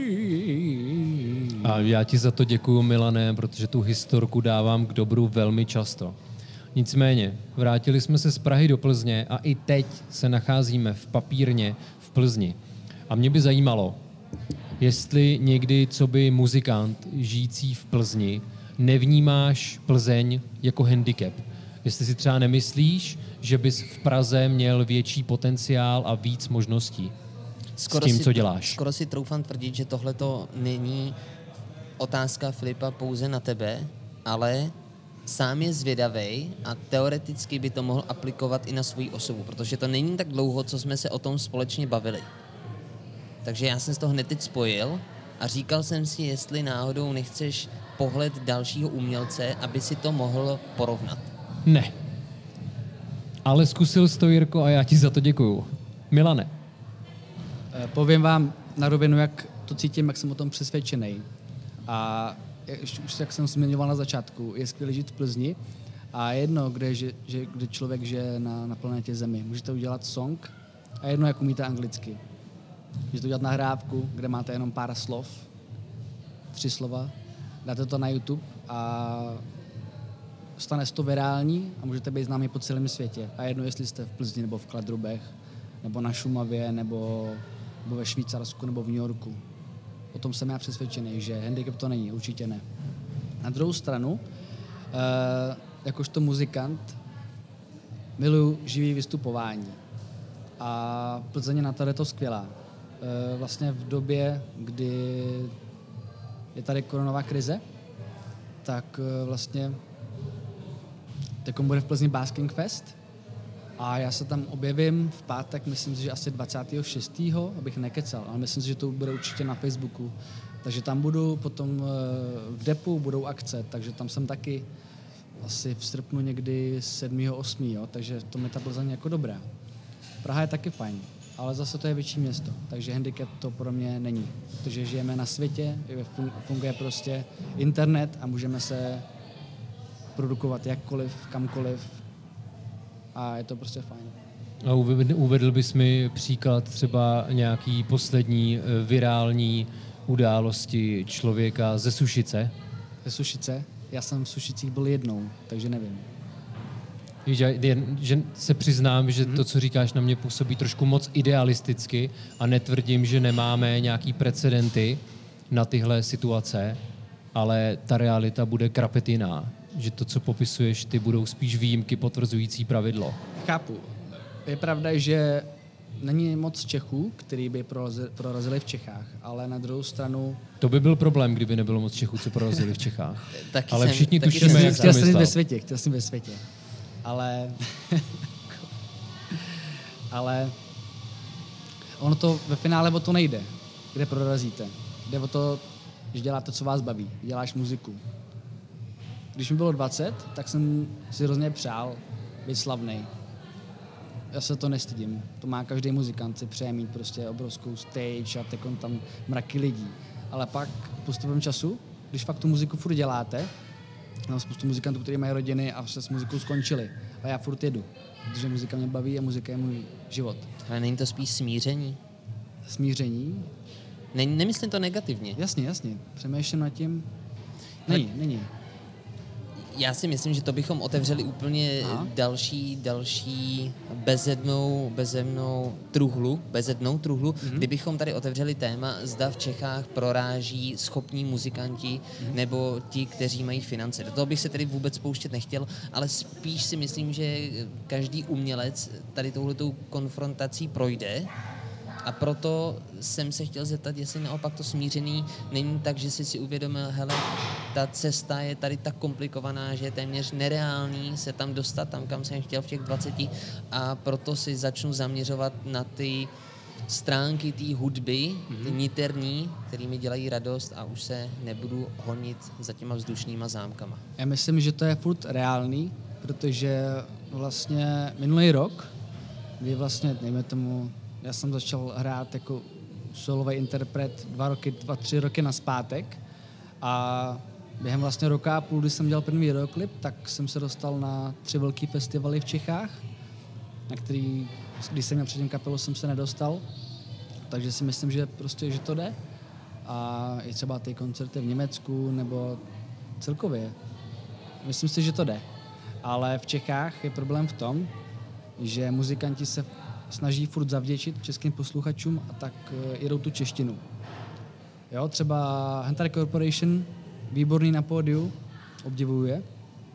A já ti za to děkuju, Milane, protože tu historku dávám k dobru velmi často. Nicméně, vrátili jsme se z Prahy do Plzně a i teď se nacházíme v papírně v Plzni. A mě by zajímalo, jestli někdy, co by muzikant žijící v Plzni, nevnímáš Plzeň jako handicap. Jestli si třeba nemyslíš, že bys v Praze měl větší potenciál a víc možností s tím, co děláš. Skoro si troufám tvrdit, že tohle to není otázka Filipa pouze na tebe, ale sám je zvědavej a teoreticky by to mohl aplikovat i na svoji osobu, protože to není tak dlouho, co jsme se o tom společně bavili. Takže já jsem z toho hned teď spojil a říkal jsem si, jestli náhodou nechceš pohled dalšího umělce, aby si to mohl porovnat. Ne. Ale zkusil jsi to, Jirko, a já ti za to děkuju. Milane. Povím vám na rovinu, jak to cítím, jak jsem o tom přesvědčený. A už jak jsem zmiňoval na začátku, je skvělé žít v Plzni a jedno, kde člověk žije na planetě Zemi. Můžete udělat song a jedno, jak umíte anglicky. Můžete udělat nahrávku, kde máte jenom pár slov, 3 slova, dáte to na YouTube a stane se to virální a můžete být známí po celém světě. A jedno, jestli jste v Plzni nebo v Kladrubech, nebo na Šumavě, nebo ve Švýcarsku, nebo v New Yorku. O tom jsem já přesvědčený, že handicap to není, určitě ne. Na druhou stranu, jakožto muzikant, miluju živý vystupování. A Plzeň na tady to skvělá. Vlastně v době, kdy je tady koronová krize, tak vlastně teď bude v Plzni Basking Fest a já se tam objevím v pátek, myslím si, že asi 26. abych nekecal, ale myslím si, že to bude určitě na Facebooku. Takže tam budu potom v depu, budou akce, takže tam jsem taky asi v srpnu někdy 7. 8. Jo, takže to mi ta Plzeň jako dobrá. Praha je taky fajn, ale zase to je větší město, takže handicap to pro mě není, protože žijeme na světě, funguje prostě internet a můžeme se produkovat jakkoliv, kamkoliv a je to prostě fajn. A uvedl bys mi příklad třeba nějaký poslední virální události člověka ze Sušice? Ze Sušice? Já jsem v Sušicích byl jednou, takže nevím. Víš, že se přiznám, že to, co říkáš, na mě působí trošku moc idealisticky a netvrdím, že nemáme nějaký precedenty na tyhle situace, ale ta realita bude krapet jiná. Že to, co popisuješ, ty budou spíš výjimky potvrzující pravidlo. Chápu. Je pravda, že není moc Čechů, který by prorazili v Čechách, ale na druhou stranu... To by byl problém, kdyby nebylo moc Čechů, co prorazili v Čechách. Ale jsem, všichni taky tušíme, jak to myslel. Chtěl jsem ve světě. Ale ono to ve finále o to nejde, kde prorazíte. Jde o to, že děláte, co vás baví. Děláš muziku. Když mi bylo 20, tak jsem si hrozně přál být slavnej. Já se to nestydím. To má každý muzikant, si přeje mít prostě obrovskou stage a tam mraky lidí. Ale pak postupem času, když fakt tu muziku furt děláte, mám spoustu muzikantů, kteří mají rodiny a se s muzikou skončili. A já furt jedu, protože muzika mě baví a muzika je můj život. Ale není to spíš smíření? Smíření? Nemyslím to negativně. Jasně. Přemýšlím nad tím. Není. Já si myslím, že to bychom otevřeli úplně další bezednou truhlu, kdybychom tady otevřeli téma, zda v Čechách proráží schopní muzikanti nebo ti, kteří mají finance. Do toho bych se tedy vůbec pouštět nechtěl, ale spíš si myslím, že každý umělec tady touhletou konfrontací projde. A proto jsem se chtěl zeptat, jestli naopak to smířený není tak, že jsi si uvědomil, hele, ta cesta je tady tak komplikovaná, že je téměř nereálný se tam dostat, tam, kam jsem chtěl v těch 20, a proto si začnu zaměřovat na ty stránky té hudby, ty niterní, který mi dělají radost a už se nebudu honit za těma vzdušnýma zámkama. Já myslím, že to je furt reálný, protože vlastně minulý rok, kdy vlastně, dejme tomu, já jsem začal hrát jako solový interpret 2-3 roky nazpátek a během vlastně roka a půl, kdy jsem dělal první videoklip, tak jsem se dostal na 3 velký festivaly v Čechách, na který, když jsem měl předtím kapelu, jsem se nedostal, takže si myslím, že prostě, že to jde. A i třeba ty koncerty v Německu nebo celkově. Myslím si, že to jde. Ale v Čechách je problém v tom, že muzikanti se snaží furt zavděčit českým posluchačům a tak jedou tu češtinu. Jo, třeba Hentai Corporation, výborný na pódiu, obdivuju je.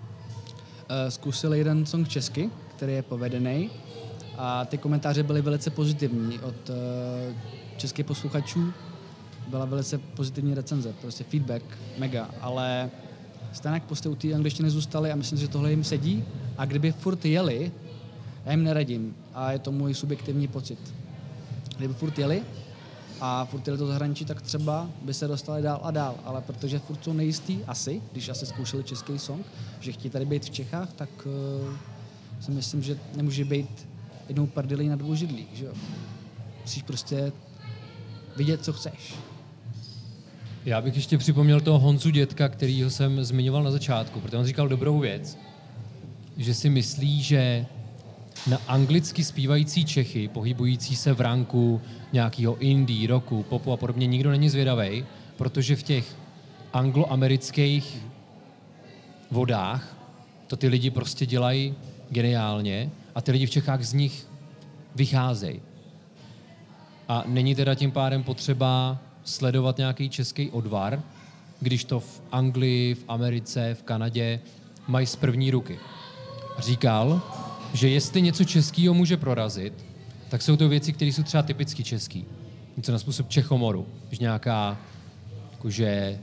Zkusili jeden song česky, který je povedený, a ty komentáře byly velice pozitivní od českých posluchačů. Byla velice pozitivní recenze, prostě feedback, mega, ale stejně prostě u té angličtiny zůstali a myslím, že tohle jim sedí, a kdyby furt jeli, já jim neradím a je to můj subjektivní pocit. Kdyby furt jeli a furt jeli do zahraničí, tak třeba by se dostali dál a dál, ale protože furt jsou nejistý asi, když asi zkoušeli český song, že chtějí tady být v Čechách, tak si myslím, že nemůže být jednou pardelí na 2 židlích, že jo. Musíš prostě vidět, co chceš. Já bych ještě připomněl toho Honzu Dětka, kterýho jsem zmiňoval na začátku, protože on říkal dobrou věc, že si myslí, že na anglicky zpívající Čechy, pohybující se v ranku nějakého indie, rocku, popu a podobně, nikdo není zvědavej, protože v těch angloamerických vodách to ty lidi prostě dělají geniálně a ty lidi v Čechách z nich vycházejí. A není teda tím pádem potřeba sledovat nějaký český odvar, když to v Anglii, v Americe, v Kanadě mají z první ruky. Říkal, že jestli něco českýho může prorazit, tak jsou to věci, které jsou třeba typicky český. Něco na způsob Čechomoru, že nějaká jakože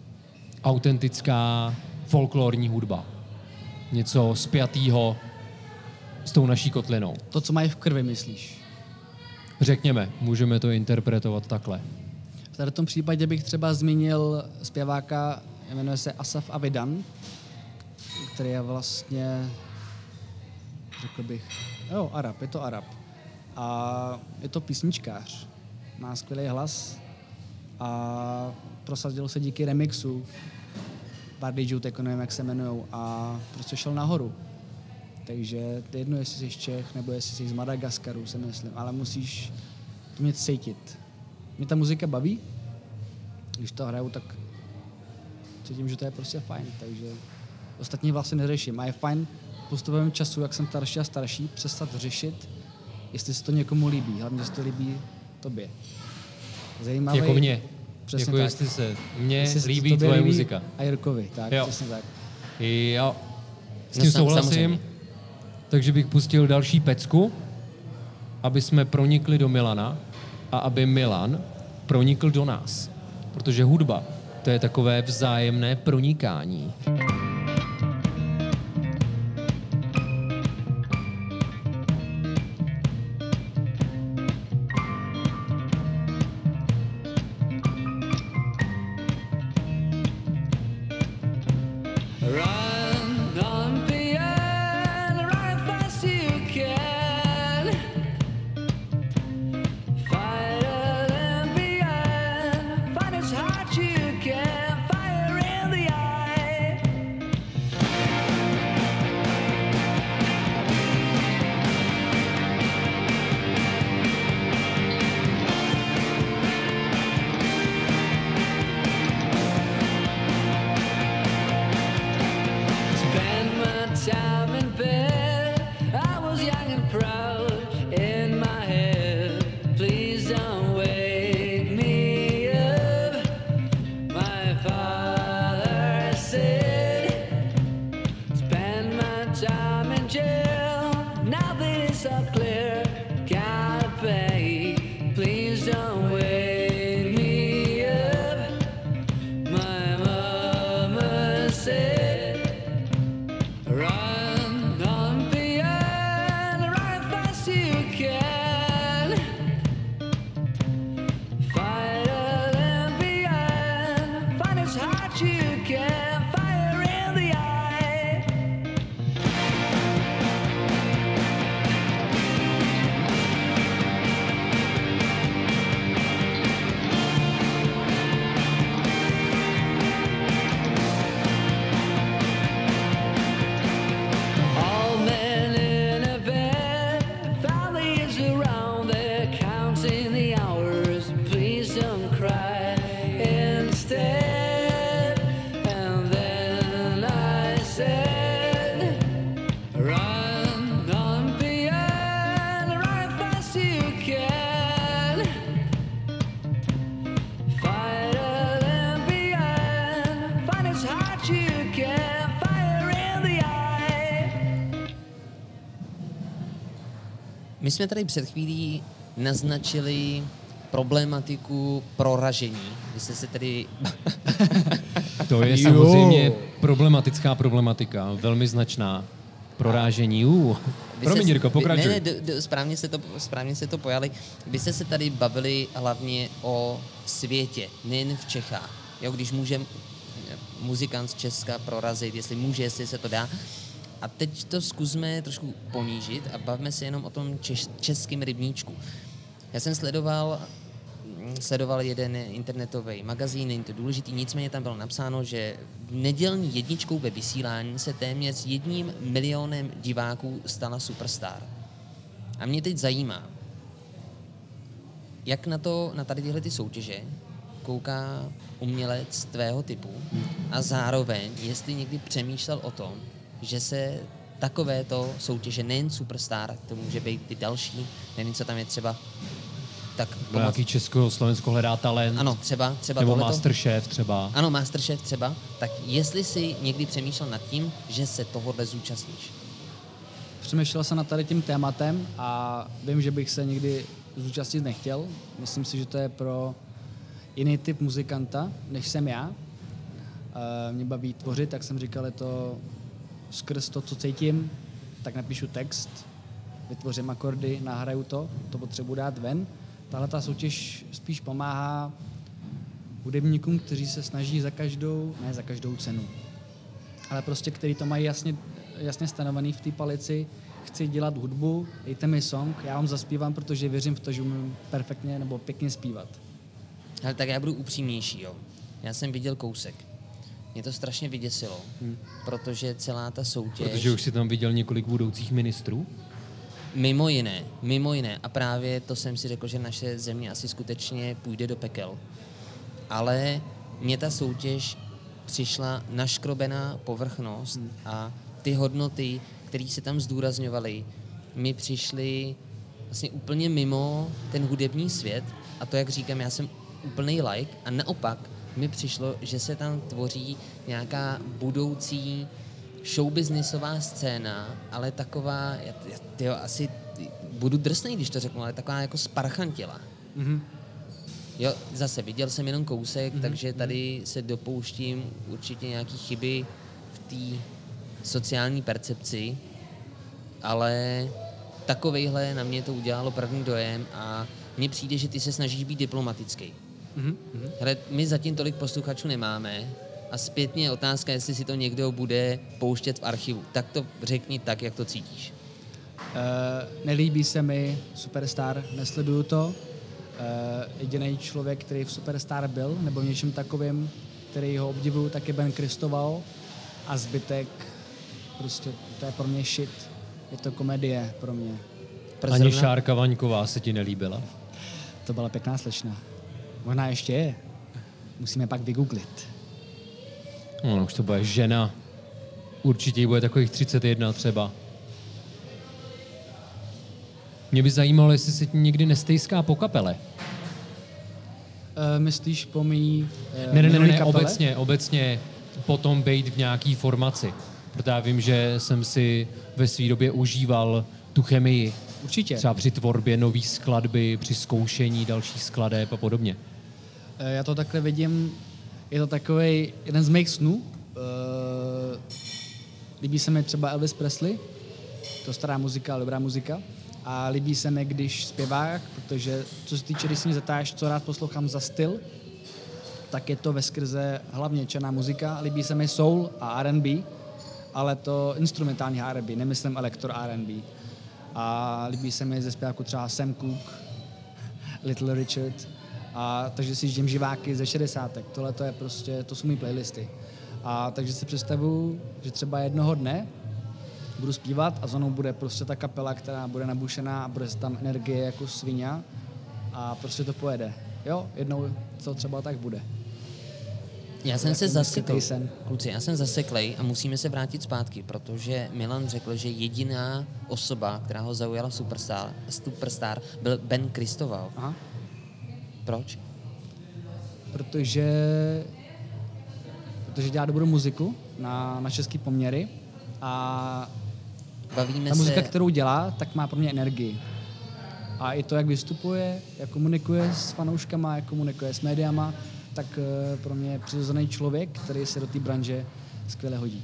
autentická folklorní hudba. Něco spjatýho s tou naší kotlinou. To, co mají v krvi, myslíš? Řekněme, můžeme to interpretovat takhle. V tom případě bych třeba zmínil zpěváka, jmenuje se Asaf Avidan, který je vlastně, řekl bych, Arab, je to Arab. A je to písničkář, má skvělý hlas a prosadil se díky remixu. Pár DJů, jako nevím, jak se jmenujou, a prostě šel nahoru. Takže jedno, jestli jsi z Čech, nebo jestli jsi z Madagaskaru, si myslím, ale musíš to mít cítit. Mě ta muzika baví, když to hraju, tak cítím, že to je prostě fajn, takže ostatní vlastně neřeším. A je fajn postupem času, jak jsem starší a starší, přestat řešit, jestli se to někomu líbí, hlavně, jestli to líbí tobě. Zajímavý. Jako mně. Přesně jako tak. jestli se mně líbí tobě tvoje líbí muzika. A Jirkovi, tak, jo. přesně tak. Jo. S tím souhlasím, samozřejmě. Takže bych pustil další pecku, aby jsme pronikli do Milana a aby Milan pronikl do nás. Protože hudba, to je takové vzájemné pronikání. Run on beyond, run as fast you can. Fighter than beyond, fight as hard you can. Fire in the eye. My jsme tady před chvílí naznačili problematiku proražení. Vy jste se tedy... To je samozřejmě problematická problematika, velmi značná. Prorážení. Promiň, Jirko, pokračuj. Ne, správně se to pojali. Vy jste se tady bavili hlavně o světě, nejen v Čechách. Jo, když může muzikant z Česka prorazit, jestli se to dá. A teď to zkusme trošku ponížit a bavme se jenom o tom českém rybníčku. Já jsem sledoval jeden internetový magazín, není to důležitý, nicméně tam bylo napsáno, že nedělní jedničkou ve vysílání se téměř 1 milionem diváků stala Superstar. A mě teď zajímá, jak na tady tyhle ty soutěže kouká umělec tvého typu a zároveň, jestli někdy přemýšlel o tom, že se takovéto soutěže, nejen Superstar, to může být ty další, nevím, co tam je třeba, tak nějaký Česko-Slovensko hledá talent. Ano, třeba nebo tohleto. Masterchef třeba. Ano, Masterchef třeba. Tak jestli jsi někdy přemýšlel nad tím, že se tohohle zúčastníš? Přemýšlel jsem nad tady tím tématem a vím, že bych se nikdy zúčastnit nechtěl. Myslím si, že to je pro jiný typ muzikanta, než jsem já. Mě baví tvořit, tak jsem říkal, je to skrz to, co cítím, tak napíšu text, vytvořím akordy, nahraju to potřebuji dát ven. Tahle ta soutěž spíš pomáhá hudebníkům, kteří se snaží ne za každou cenu, ale prostě, kteří to mají jasně stanovený v té palici, chci dělat hudbu, dejte mi song, já vám zaspívám, protože věřím v to, že umím perfektně nebo pěkně zpívat. Ale tak já budu upřímnější, jo. Já jsem viděl kousek. Mě to strašně vyděsilo, protože celá ta soutěž... Protože už si tam viděl několik budoucích ministrů? Mimo jiné. A právě to jsem si řekl, že naše země asi skutečně půjde do pekel. Ale mně ta soutěž přišla naškrobená povrchnost a ty hodnoty, které se tam zdůrazňovaly, mi přišly vlastně úplně mimo ten hudební svět. A to, jak říkám, já jsem úplný like a naopak mi přišlo, že se tam tvoří nějaká budoucí showbiznisová scéna, ale taková, já asi budu drsnej, když to řeknu, ale taková jako sparchantila. Mm-hmm. Jo, zase viděl jsem jenom kousek, takže tady se dopouštím určitě nějaký chyby v té sociální percepci, ale takovejhle na mě to udělalo první dojem a mně přijde, že ty se snažíš být diplomatický. Hele, my zatím tolik posluchačů nemáme a zpětně je otázka, jestli si to někdo bude pouštět v archivu. Tak to řekni tak, jak to cítíš. Nelíbí se mi Superstar, nesleduju to. Jediný člověk, který v Superstar byl, nebo něčím takovým, který ho obdivuju, tak je Ben Kristoval a zbytek, prostě to je pro mě shit. Je to komedie pro mě. Ani Šárka Vaňková se ti nelíbila? To byla pěkná slečna. Možná ještě je. Musíme pak vygooglit. No, už to bude žena. Určitě jí bude takových 31 třeba. Mě by zajímalo, jestli se ti někdy nestejská po kapele. Myslíš po mý Ne, obecně potom být v nějaký formaci. Protože já vím, že jsem si ve své době užíval tu chemii. Určitě. Třeba při tvorbě nový skladby, při zkoušení dalších skladeb a podobně. Já to takhle vidím, je to takový jeden z mých snů. Líbí se mi třeba Elvis Presley, to stará muzika, dobrá muzika. A líbí se mi, když zpěvák, protože co se týče, když si mě zatáš, co rád poslouchám za styl, tak je to veskrze hlavně černá muzika. Líbí se mi soul a R&B, ale to instrumentální R&B, nemyslím elektro R&B. A líbí se mi ze zpěváku třeba Sam Cooke, Little Richard, a takže si žijím živáky ze 60. Tohle to je prostě, to jsou mý playlisty. A takže si představuju, že třeba jednoho dne budu zpívat a za mnou bude prostě ta kapela, která bude nabušená a bude tam energie jako svině a prostě to pojede. Jo, jednou to třeba tak bude. Já jsem se zasekl, kluci, já jsem zaseklej a musíme se vrátit zpátky, protože Milan řekl, že jediná osoba, která ho zaujala Superstar, byl Ben Kristoval. Aha. Proč? Protože dělá dobrou muziku na český poměry a Bavíme ta muzika, se... kterou dělá, tak má pro mě energii. A i to, jak vystupuje, jak komunikuje s fanouškama, jak komunikuje s médiama, tak pro mě je přirozený člověk, který se do té branže skvěle hodí.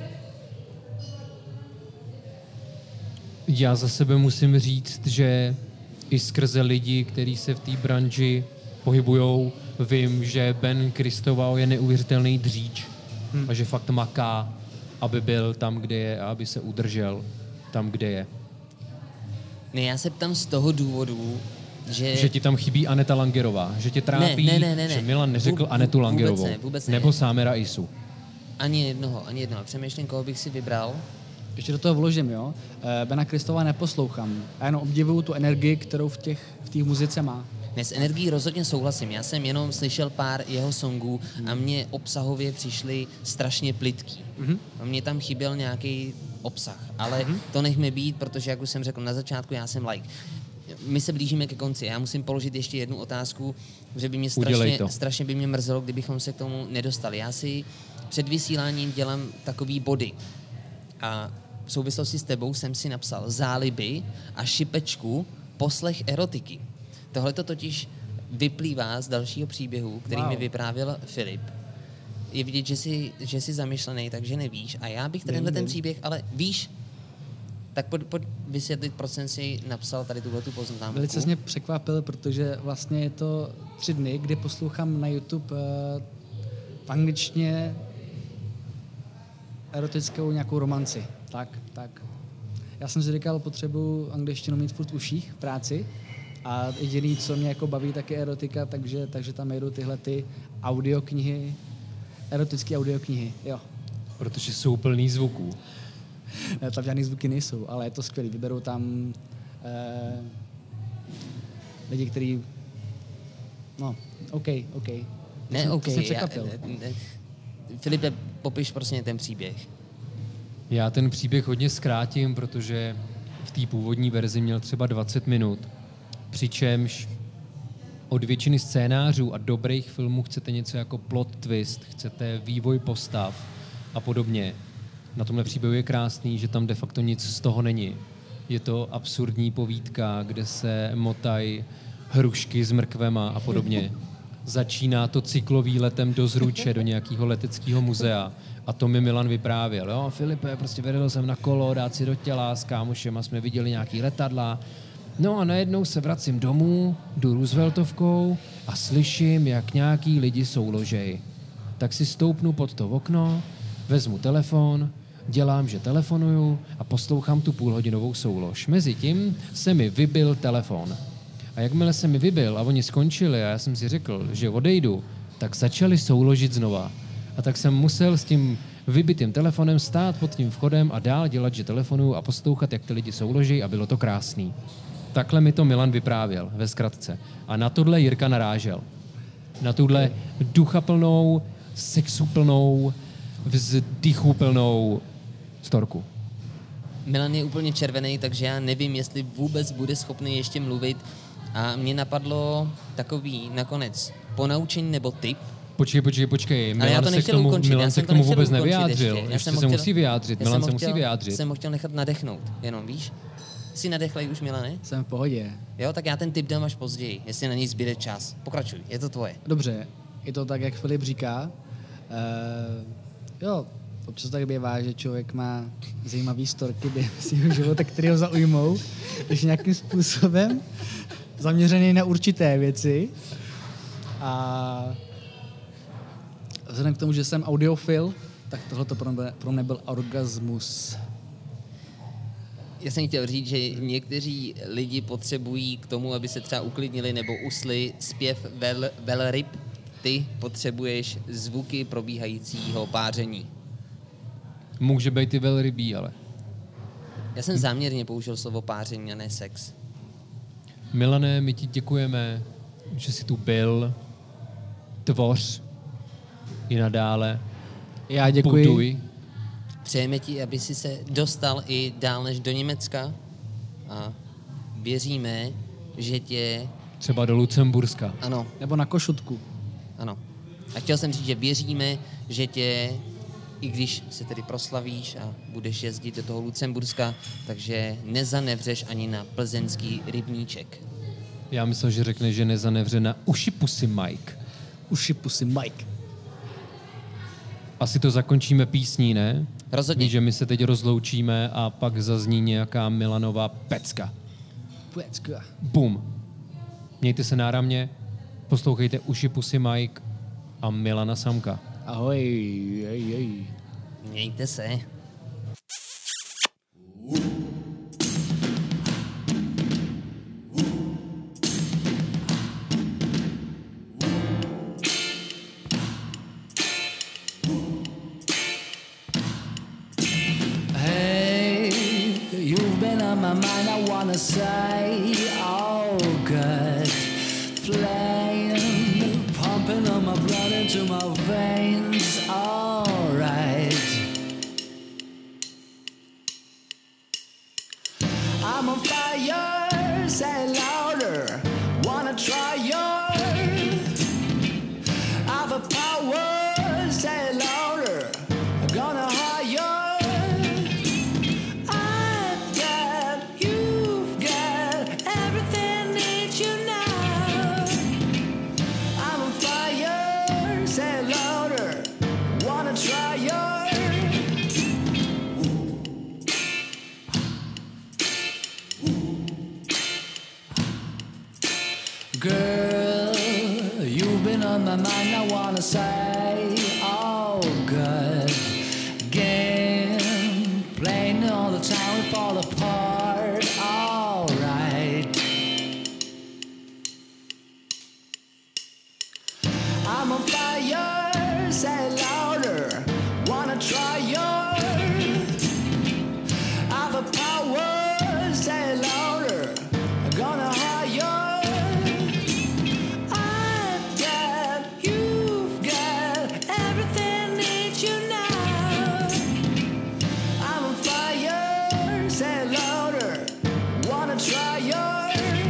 Já za sebe musím říct, že i skrze lidi, kteří se v té branži pohybujou, vím, že Ben Kristoval je neuvěřitelný dříč a že fakt maká, aby byl tam, kde je a aby se udržel tam, kde je. Ne, já se ptám z toho důvodu, že ti tam chybí Aneta Langerová, že tě trápí, ne. že Milan neřekl Anetu Langerovou. Vůbec ne. Nebo Sámera Isu. Ani jednoho. Přemýšlím, koho bych si vybral. Ještě do toho vložím, jo. Bena Kristova neposlouchám. A jenom obdivuju tu energii, kterou v té muzice má. Ne, s energií rozhodně souhlasím. Já jsem jenom slyšel pár jeho songů a mně obsahově přišly strašně plytký. A mně tam chyběl nějaký obsah. Ale to nechme být, protože, jak už jsem řekl na začátku, já jsem like. My se blížíme ke konci. Já musím položit ještě jednu otázku, že by mě strašně by mě mrzelo, kdybychom se k tomu nedostali. Já si před vysíláním dělám takový body. A v souvislosti s tebou jsem si napsal záliby a šipečku poslech erotiky. Tohle to totiž vyplývá z dalšího příběhu, který mi vyprávěl Filip. Je vidět, že jsi zamyšlený, takže nevíš. A já bych tenhle ten příběh, ale víš, tak pojď vysvětlit, proč jsem si napsal tady tuhletu poznámku. Velice mě překvapil, protože vlastně je to 3 dny, kdy poslouchám na YouTube v angličtině erotickou nějakou romanci. Tak. Já jsem si říkal, potřebuji angličtinu mít furt v uších v práci a jediný, co mě jako baví, tak je erotika, takže tam jedu tyhle ty audioknihy, erotické audioknihy, jo. Protože jsou plný zvuků. Tam žádný zvuky nejsou, ale je to skvělý. Vyberou tam lidi, kteří... No, OK. Ne, OK. Ne. Filipe, popiš prostě ten příběh. Já ten příběh hodně zkrátím, protože v té původní verzi měl třeba 20 minut. Přičemž od většiny scénářů a dobrých filmů chcete něco jako plot twist, chcete vývoj postav a podobně. Na tomhle příběhu je krásný, že tam de facto nic z toho není. Je to absurdní povídka, kde se motají hrušky s mrkvema a podobně. Začíná to cyklovýletem do Zruče, do nějakého leteckého muzea. A to mi Milan vyprávěl. Jo, Filipe, prostě vedl jsem na kolo, dát si do těla, s kámošema jsme viděli nějaký letadla. No a najednou se vracím domů, jdu Rooseveltovkou a slyším, jak nějaký lidi souložej. Tak si stoupnu pod to okno, vezmu telefon, dělám, že telefonuju a poslouchám tu půlhodinovou soulož. Mezitím se mi vybil telefon. A jakmile se mi vybil a oni skončili a já jsem si řekl, že odejdu, tak začali souložit znova. A tak jsem musel s tím vybitým telefonem stát pod tím vchodem a dál dělat, že telefonuju a poslouchat, jak ty lidi souloží a bylo to krásný. Takhle mi to Milan vyprávěl ve zkratce. A na tohle Jirka narážel. Na tuhle duchaplnou, sexuplnou, vzdychuplnou storku. Milan je úplně červený, takže já nevím, jestli vůbec bude schopný ještě mluvit. A mě napadlo takový nakonec ponaučení nebo tip. Počkej. Ale já to nechtěl ukončit. Milan se k tomu vůbec nevyjádřil. Ještě se musí vyjádřit. Milan se musí vyjádřit. Jsem ho chtěl nechat nadechnout, jenom víš? Jsi nadechlej už, Milane? Jsem v pohodě. Jo, tak já ten tip dám až později, jestli na něj zbyde čas. Pokračuj, je to tvoje. Dobře, je to tak, jak Filip říká. Jo, občas tak bývá, že člověk má zajímavý storky během svého života, které ho zaujmou, takže nějakým způsobem zaměřený na určité věci. A vzhledem k tomu, že jsem audiofil, tak tohle pro mě byl orgasmus. Já jsem chtěl říct, že někteří lidi potřebují k tomu, aby se třeba uklidnili nebo usli zpěv velryb. Ty potřebuješ zvuky probíhajícího páření. Může být i velrybí, ale. Já jsem záměrně použil slovo páření a ne sex. Milane, my ti děkujeme, že jsi tu byl. Tvoř i nadále. Já děkuji. Buduj. Přejeme ti, aby si se dostal i dál než do Německa a věříme, že tě... Třeba do Lucemburska. Ano. Nebo na Košutku. Ano. A chtěl jsem říct, že věříme, že tě i když se tedy proslavíš a budeš jezdit do toho Lucemburska, takže nezanevřeš ani na plzeňský rybníček. Já myslel, že řekne, že nezanevře na uši pusy Mike. Uši pusy Mike. Asi to zakončíme písní, ne? Rozhodně. Víš, že my se teď rozloučíme a pak zazní nějaká Milanová pecka. Pecka. Bum. Mějte se náramně, poslouchejte uši pusy Mike a Milana Samka. Ahoj, jej. Mějte se. My mind, I wanna say, oh good, flame pumping all my blood into my veins, alright. I'm on fire, say it louder, wanna try yours. I've a power, say it louder, I'm gonna hire. Girl, you've been on my mind, I wanna say, oh good. Game, playing all the time, we fall apart, alright. I'm on fire, say it louder, wanna try yours. I've a power, say it louder, I'm gonna hire. Try yours.